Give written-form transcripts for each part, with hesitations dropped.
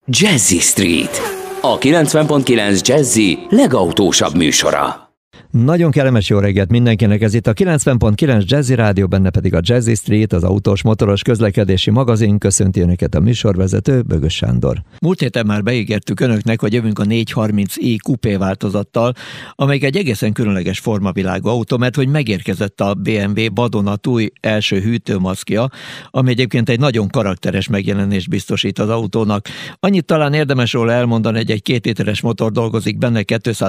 Jazzy Street, a 90.9 Jazzy legautósabb műsora. Nagyon kellemes jó reggelt mindenkinek, ez itt a 90.9 Jazzy Rádió, benne pedig a Jazzy Street, az autós motoros közlekedési magazin. Köszönti önöket a műsorvezető, Bögös Sándor. Múlt héten már beígértük önöknek, hogy jövünk a 430i kupé változattal, amelyik egy egészen különleges formavilágú autó, mert hogy megérkezett a BMW vadonatúj első hűtőmaszkja, ami egyébként egy nagyon karakteres megjelenést biztosít az autónak. Annyit talán érdemes róla elmondani, hogy egy 2 literes motor dolgozik benne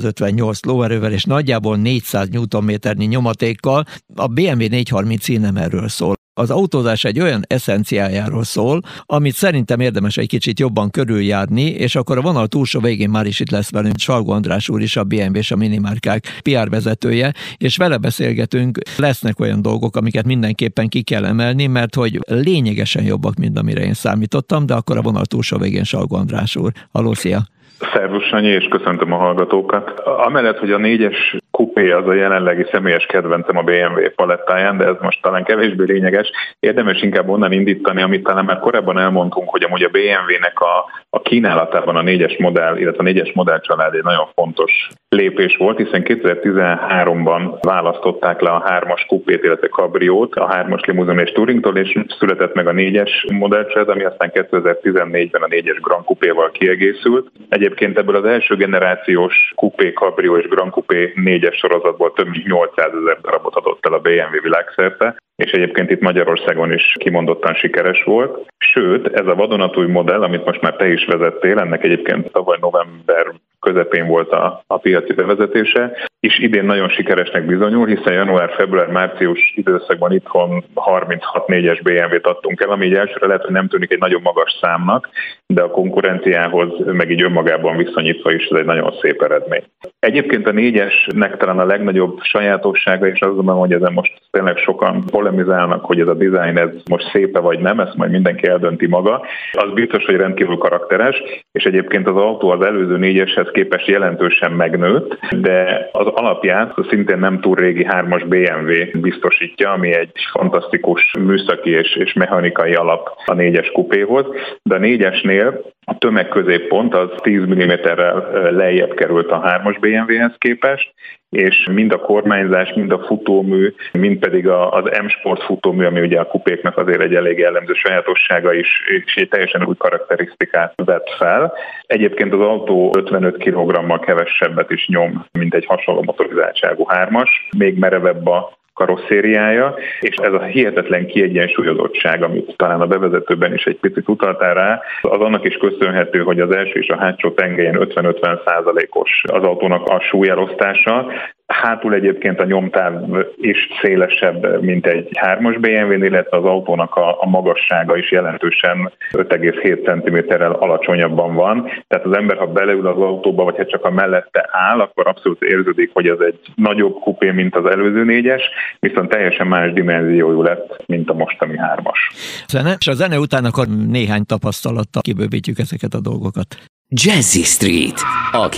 258 lóerővel és nagyjából 400 Nm nyomatékkal. A BMW 430i nem erről szól. Az autózás egy olyan eszenciájáról szól, amit szerintem érdemes egy kicsit jobban körüljárni, és akkor a vonal túlsó végén már is itt lesz velünk Salgó András úr is, a BMW és a Minimárkák PR vezetője, és vele beszélgetünk. Lesznek olyan dolgok, amiket mindenképpen ki kell emelni, mert hogy lényegesen jobbak, mint amire én számítottam, de akkor a vonal túlsó végén Salgó András úr. Halló, szia! Szervusz, Sanyi, és köszöntöm a hallgatókat. Amellett, hogy a 4-es kupé az a jelenlegi személyes kedvencem a BMW palettáján, de ez most talán kevésbé lényeges. Érdemes inkább onnan indítani, amit talán már korábban elmondtunk, hogy amúgy a BMW-nek a kínálatában a 4-es modell, illetve a 4-es modellcsalád egy nagyon fontos lépés volt, hiszen 2013-ban választották le a 3-as kupét, illetve kabriót, a 3-as limuzin és touringtól, és született meg a 4-es modellcsalád, ami aztán 2014-ben a 4-es Grand Coupéval kiegészült. Egyébként ebből az első generációs kupé, kabrió és Grand Coupé 4-es sorozatból több mint 800 000 darabot adott el a BMW világszerte, és egyébként itt Magyarországon is kimondottan sikeres volt. Sőt, ez a vadonatúj modell, amit most már te is vezettél, ennek egyébként tavaly november közepén volt a piaci bevezetése, és idén nagyon sikeresnek bizonyul, hiszen január, február, március időszakban itthon 36 4-es BMW-t adtunk el, ami így elsőre lehet, hogy nem tűnik egy nagyon magas számnak, de a konkurenciához meg így önmagában viszonyítva is ez egy nagyon szép eredmény. Egyébként a 4-esnek talán a legnagyobb sajátossága, és azt gondolom, hogy ezen most tényleg sokan polemizálnak, hogy ez a design ez most szépe vagy nem, ezt majd mindenki eldönti maga. Az biztos, hogy rendkívül karakteres, és egyébként az autó az előző 4-eshez képest jelentősen megnőtt, de az alapját szintén nem túl régi 3-as BMW biztosítja, ami egy fantasztikus műszaki és mechanikai alap a 4-es kupéhoz, de a 4-esnél a tömegközéppont az 10 mm-rel lejjebb került a 3-as BMW-hez képest, és mind a kormányzás, mind a futómű, mind pedig az M-Sport futómű, ami ugye a kupéknak azért egy elég jellemző sajátossága is, és egy teljesen új karakterisztikát vett fel. Egyébként az autó 55 kg-mal kevesebbet is nyom, mint egy hasonló motorizáltságú 3-as, még merevebb a karosszériája, és ez a hihetetlen kiegyensúlyozottság, amit talán a bevezetőben is egy picit utaltál rá, az annak is köszönhető, hogy az első és a hátsó tengelyen 50-50%-os az autónak a súlyelosztása. Hátul egyébként a nyomtáv is szélesebb, mint egy 3-as BMW-nél, illetve az autónak a magassága is jelentősen 5,7 cm-rel alacsonyabban van. Tehát az ember, ha beleül az autóba, vagy ha csak a mellette áll, akkor abszolút érződik, hogy ez egy nagyobb kupé, mint az előző 4-es, viszont teljesen más dimenziójú lett, mint a mostani 3-as. Zene, és a zene után akkor néhány tapasztalattal kibővítjük ezeket a dolgokat. Jazzy Street, a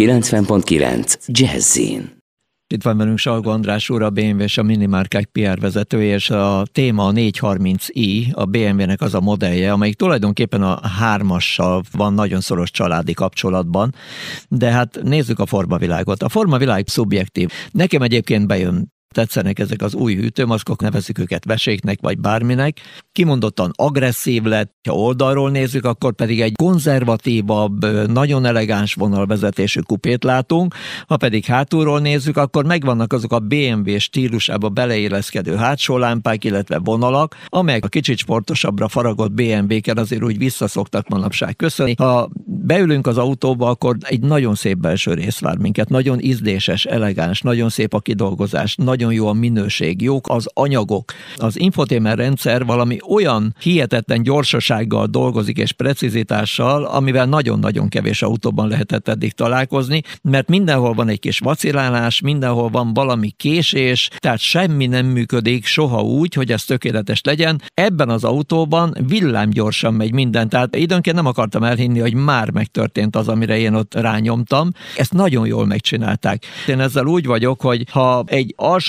90.9 Jazzin. Itt van velünk Salgó András úr, a BMW és a Minimárkák PR vezetője, és a téma a 430i, a BMW-nek az a modellje, amelyik tulajdonképpen a 3-assal van nagyon szoros családi kapcsolatban, de hát nézzük a formavilágot. A formavilág szubjektív. Nekem egyébként bejön. Tetszenek ezek az új hűtőmaszkok, nevezzük őket veséknek vagy bárminek. Kimondottan agresszív lett, ha oldalról nézzük, akkor pedig egy konzervatívabb, nagyon elegáns vonalvezetésű kupét látunk, ha pedig hátulról nézzük, akkor megvannak azok a BMW stílusába beleilleszkedő hátsó lámpák, illetve vonalak, amelyek a kicsit sportosabbra faragott BMW-ken azért úgy visszaszoktak manapság köszönni. Ha beülünk az autóba, akkor egy nagyon szép belső rész vár minket, nagyon ízléses, elegáns, nagyon szép a kidolgozás, nagyon jó a minőség, jók az anyagok. Az infotainment rendszer valami olyan hihetetlen gyorsasággal dolgozik és precizitással, amivel nagyon-nagyon kevés autóban lehetett eddig találkozni, mert mindenhol van egy kis vacilálás, mindenhol van valami késés, tehát semmi nem működik soha úgy, hogy ez tökéletes legyen. Ebben az autóban villámgyorsan megy minden, tehát időnként nem akartam elhinni, hogy már megtörtént az, amire én ott rányomtam. Ezt nagyon jól megcsinálták. Én ezzel úgy vagyok, hogy ha egy alsó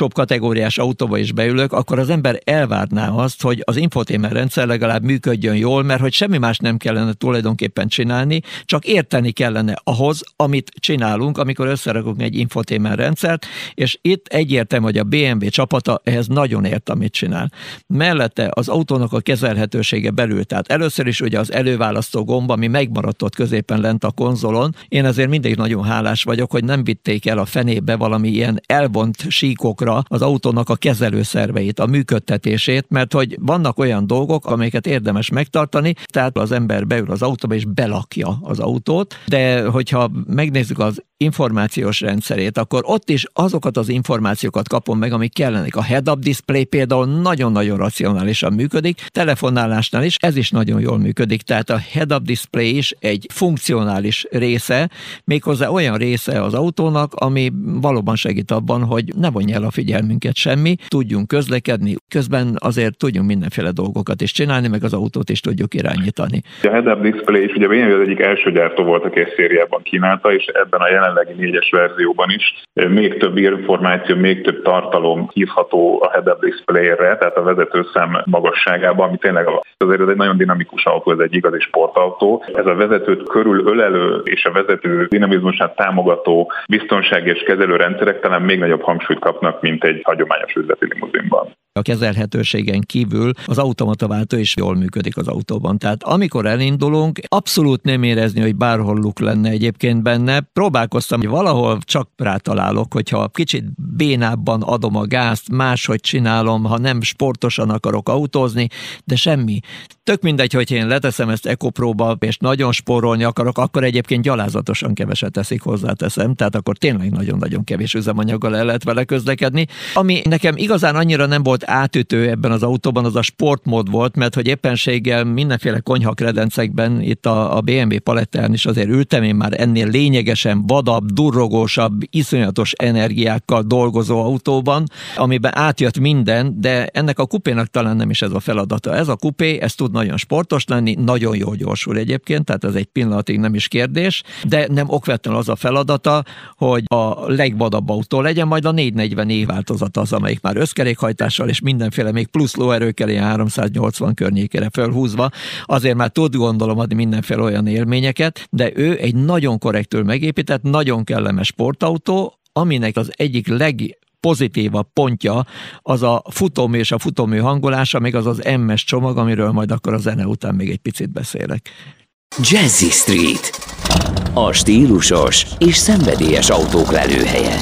alsóbb kategóriás autóba is beülök, akkor az ember elvárná azt, hogy az infotainment rendszer legalább működjön jól, mert hogy semmi más nem kellene tulajdonképpen csinálni, csak érteni kellene ahhoz, amit csinálunk, amikor összerakunk egy infotainment rendszert, és itt egyértelmű, hogy a BMW csapata ehhez nagyon ért, amit csinál. Mellette az autónak a kezelhetősége belül, tehát először is ugye az előválasztó gomb, ami megmaradt ott középen lent a konzolon. Én azért mindig nagyon hálás vagyok, hogy nem vitték el a fenébe valami ilyen elvont síkokra az autónak a kezelőszerveit, a működtetését, mert hogy vannak olyan dolgok, amelyeket érdemes megtartani, tehát az ember beül az autóba és belakja az autót, de hogyha megnézzük az információs rendszerét, akkor ott is azokat az információkat kapom meg, amik kellenek. A head-up display például nagyon-nagyon racionálisan működik, telefonálásnál is ez is nagyon jól működik, tehát a head-up display is egy funkcionális része, méghozzá olyan része az autónak, ami valóban segít abban, hogy ne vonja el a figyelmünket semmi, tudjunk közlekedni, közben azért tudjunk mindenféle dolgokat is csinálni, meg az autót is tudjuk irányítani. A head-up display is ugye BMW az egyik első gyártó volt, aki ezt szériában kínálta, és ebben a jelenlegi 4-es verzióban is még több információ, még több tartalom hívható a head-up display-re, tehát a vezetőszám magasságában, ami tényleg azért ez egy nagyon dinamikus autó, ez egy igazi sportautó. Ez a vezetőt körül ölelő és a vezető dinamizmusát támogató biztonsági és kezelő rendszerek talán még nagyobb hangsúlyt kapnak, mint egy hagyományos üzleti limuzinban. A kezelhetőségen kívül az automataváltó is jól működik az autóban. Tehát amikor elindulunk, abszolút nem érezni, hogy bárhol luk lenne egyébként benne. Próbálkoztam, hogy valahol csak rátalálok, hogyha kicsit bénábban adom a gázt, máshogy csinálom, ha nem sportosan akarok autózni, de semmi. Tök mindegy, hogy én leteszem ezt EcoPro-ba, és nagyon spórolni akarok, akkor egyébként gyalázatosan keveset teszik, hozzáteszem, tehát akkor tényleg nagyon-nagyon kevés üzemanyaggal el lehet vele közlekedni. Ami nekem igazán annyira nem volt átütő ebben az autóban, az a sportmód volt, mert hogy éppenséggel mindenféle konyhakredencekben itt a BMW palettán is azért ültem, én már ennél lényegesen vadabb, durrogósabb, iszonyatos energiákkal dolgozó autóban, amiben átjött minden, de ennek a kupénak talán nem is ez a feladata. Ez a kupé, ez tud nagyon sportos lenni, nagyon jól gyorsul egyébként, tehát ez egy pillanatig nem is kérdés, de nem okvetlenül az a feladata, hogy a legvadabb autó legyen, majd a 440e változata az, amelyik már összkerékhajtással és mindenféle még plusz lóerőkkel ilyen 380 környékére fölhúzva, azért már tud gondolom adni mindenféle olyan élményeket, de ő egy nagyon korrektül megépített, nagyon kellemes sportautó, aminek az egyik legpozitívabb pontja az a futómű és a futómű hangolása, még az MS csomag, amiről majd akkor a zene után még egy picit beszélek. Jazzy Street, a stílusos és szenvedélyes autók lelőhelye.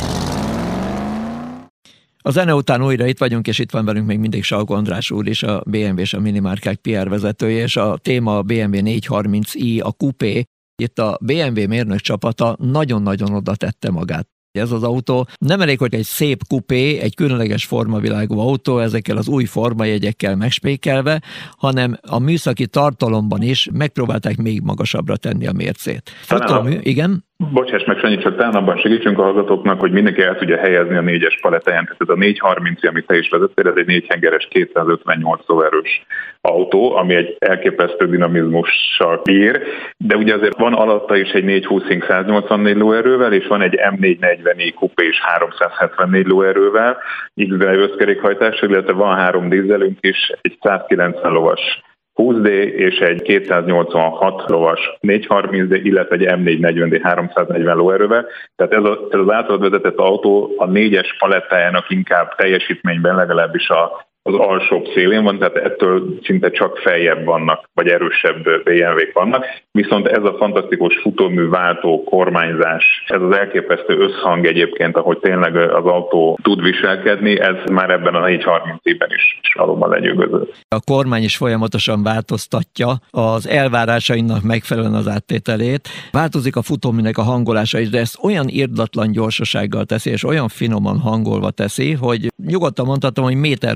A zene után újra itt vagyunk, és itt van velünk még mindig Salgó András úr is, a BMW és a minimárkák PR vezetője, és a téma a BMW 430i, a coupé. Itt a BMW mérnök csapata nagyon-nagyon oda tette magát. Ez az autó nem elég, hogy egy szép kupé, egy különleges formavilágú autó, ezekkel az új formajegyekkel megspékelve, hanem a műszaki tartalomban is megpróbálták még magasabbra tenni a mércét. Futómű, igen? Bocsáss meg, Sanyi, csak talán abban segítsünk a hallgatóknak, hogy mindenki el tudja helyezni a 4-es palettáján. Tehát ez a 430, amit te is vezettél, ez egy 4 hengeres 258 lóerős autó, ami egy elképesztő dinamizmussal bír, de ugye azért van alatta is egy 420 184 lóerővel, és van egy M440i kupé is 374 lóerővel, X-drive összkerékhajtással, illetve van 3 dízelünk is, egy 190 lovas 20D és egy 286 lovas 430D, illetve egy M440D 340 lóerővel. Tehát ez az általad vezetett autó a 4-es palettájának inkább teljesítményben legalábbis az alsóbb szélén van, tehát ettől szinte csak feljebb vannak, vagy erősebb BMW-k vannak. Viszont ez a fantasztikus futómű, váltó, kormányzás, ez az elképesztő összhang egyébként, ahogy tényleg az autó tud viselkedni, ez már ebben a 430-ben is valóban lenyűgöző. A kormány is folyamatosan változtatja az elvárásainak megfelelően az áttételét. Változik a futóműnek a hangolása is, de ezt olyan irdatlan gyorsasággal teszi, és olyan finoman hangolva teszi, hogy nyugodtan mondhatom, hogy méterről méterre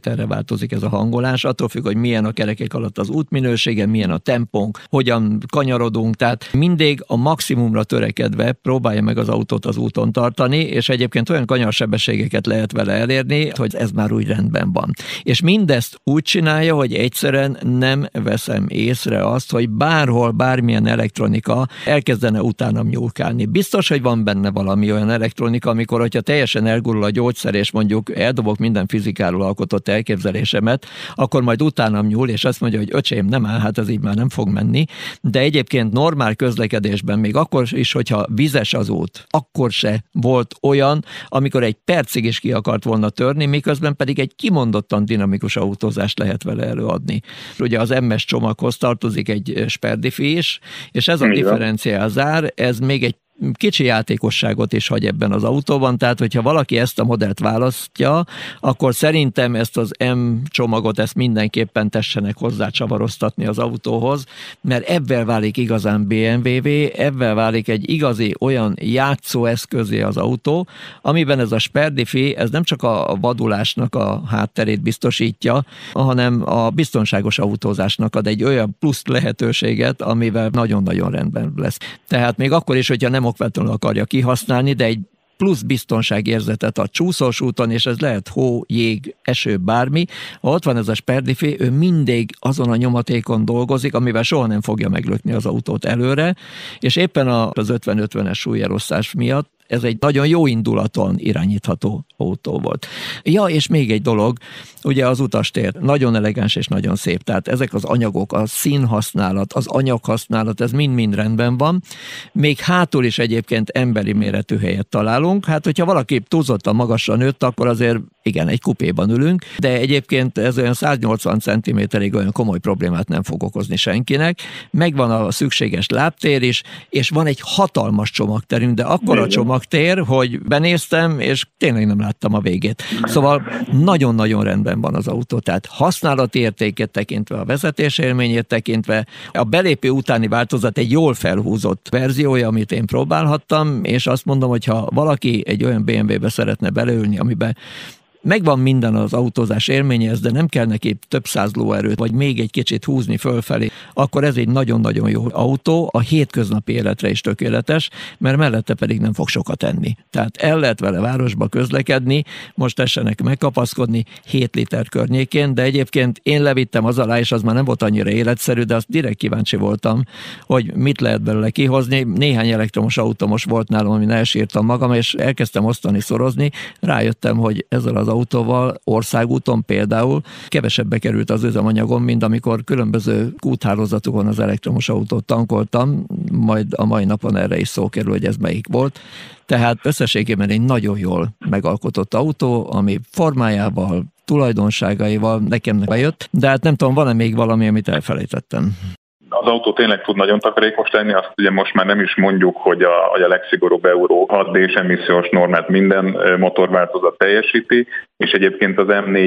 kilométerre változik ez a hangolás, attól függ, hogy milyen a kerekek alatt az útminősége, milyen a tempónk, hogyan kanyarodunk, tehát mindig a maximumra törekedve próbálja meg az autót az úton tartani, és egyébként olyan kanyarsebességeket lehet vele elérni, hogy ez már úgy rendben van. És mindezt úgy csinálja, hogy egyszerűen nem veszem észre azt, hogy bárhol, bármilyen elektronika elkezdene utánam nyúlkálni. Biztos, hogy van benne valami olyan elektronika, amikor, hogyha teljesen elgurul a gyógyszer, és mondjuk eldobok minden fizikáról alkotott elképzelésemet, akkor majd utánam nyúl, és azt mondja, hogy öcsém, nem áll, hát ez így már nem fog menni. De egyébként normál közlekedésben, még akkor is, hogyha vizes az út, akkor se volt olyan, amikor egy percig is ki akart volna törni, miközben pedig egy kimondottan dinamikus autózást lehet vele előadni. Ugye az MS csomaghoz tartozik egy Sperdifi is, és ez a differenciálzár, ez még egy kicsi játékosságot is hagy ebben az autóban, tehát hogyha valaki ezt a modellt választja, akkor szerintem ezt az M csomagot, ezt mindenképpen tessenek hozzá csavaroztatni az autóhoz, mert ebben válik igazán BMW-vé, ebben válik egy igazi olyan játszóeszközé az autó, amiben ez a Sperdifi, ez nem csak a vadulásnak a hátterét biztosítja, hanem a biztonságos autózásnak ad egy olyan plusz lehetőséget, amivel nagyon-nagyon rendben lesz. Tehát még akkor is, hogyha nem okvetlenül akarja kihasználni, de egy plusz biztonságérzetet a csúszós úton, és ez lehet hó, jég, eső, bármi. Ha ott van ez a Sperdifi, ő mindig azon a nyomatékon dolgozik, amivel soha nem fogja meglökni az autót előre, és éppen az 50-50-es súlyelosztás miatt ez egy nagyon jó indulaton irányítható autó volt. Ja, és még egy dolog, ugye az utastér nagyon elegáns és nagyon szép, tehát ezek az anyagok, a színhasználat, az anyaghasználat, ez mind-mind rendben van. Még hátul is egyébként emberi méretű helyet találunk, hát hogyha valaki túlzottan magasra nőtt, akkor azért igen, egy kupéban ülünk, de egyébként ez olyan 180 cm-ig olyan komoly problémát nem fog okozni senkinek. Megvan a szükséges lábtér is, és van egy hatalmas csomagterünk, de akkora csomagtér, hogy benéztem, és tényleg nem láttam a végét. Szóval nagyon-nagyon rendben van az autó, tehát használati értéket tekintve, a vezetés élményét tekintve, a belépő utáni változat egy jól felhúzott verziója, amit én próbálhattam, és azt mondom, hogy ha valaki egy olyan BMW-be szeretne beleülni, amiben megvan minden az autózás élményhez, de nem kell neki több száz lóerőt, vagy még egy kicsit húzni fölfelé, akkor ez egy nagyon-nagyon jó autó, a hétköznapi életre is tökéletes, mert mellette pedig nem fog sokat enni. Tehát el lehet vele városba közlekedni, most tessenek megkapaszkodni 7 liter környékén, de egyébként én levittem az alá, és az már nem volt annyira életszerű, de azt direkt kíváncsi voltam, hogy mit lehet belőle kihozni. Néhány elektromos autó most volt nálam, amin elsírtam magam, és elkezdtem osztani, szorozni, rájöttem, hogy ezzel az autóval országúton például kevesebbe került az üzemanyagom, mint amikor különböző kúthálózatokon az elektromos autót tankoltam, majd a mai napon erre is szó kerül, hogy ez melyik volt. Tehát összességében egy nagyon jól megalkotott autó, ami formájával, tulajdonságaival nekem bejött, de hát nem tudom, van-e még valami, amit elfelejtettem? Az autó tényleg tud nagyon takarékos lenni, azt ugye most már nem is mondjuk, hogy a legszigorúbb Euró 6D-s emissziós normát minden motorváltozat teljesíti, és egyébként az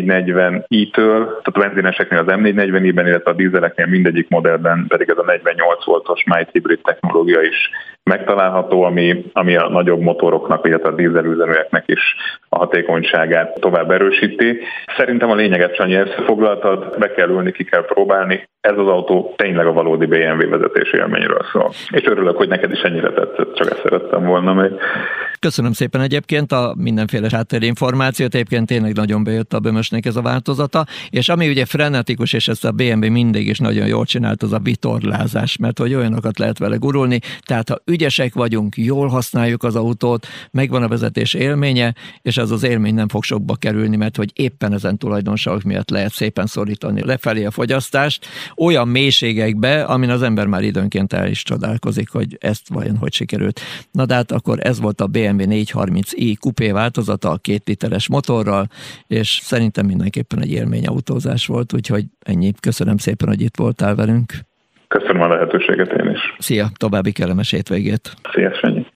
M440i-től, tehát a benzineseknél az M440i-ben, illetve a dízeleknél mindegyik modellben pedig ez a 48 voltos mild hybrid technológia is megtalálható, ami a nagyobb motoroknak, illetve a dízelüzeműeknek is a hatékonyságát tovább erősíti. Szerintem a lényeget Sanyi összefoglaltad, be kell ülni, ki kell próbálni. Ez az autó tényleg a valódi BMW vezetési élményről szól. És örülök, hogy neked is ennyire tetszett, csak ezt szerettem volna még. Köszönöm szépen egyébként a mindenféle háttérinformációt, egyébként tényleg nagyon bejött a Bömösnek ez a változata, és ami ugye frenetikus, és ezt a BMW mindig is nagyon jól csinált, az a vitorlázás, mert hogy olyanokat lehet vele gurulni, tehát ha ügyesek vagyunk, jól használjuk az autót, megvan a vezetés élménye, és ez az élmény nem fog sokba kerülni, mert hogy éppen ezen tulajdonságok miatt lehet szépen szorítani lefelé a fogyasztást, olyan mélységekbe, amin az ember már időnként el is csodálkozik, hogy ezt vajon hogy sikerült. Na de hát akkor ez volt a BMW 430i kupé változata a 2 literes motorral, és szerintem mindenképpen egy élményautózás volt, úgyhogy ennyi. Köszönöm szépen, hogy itt voltál velünk. Köszönöm a lehetőséget én is. Szia, további kellemes hétvégét. Szia, Sanyi.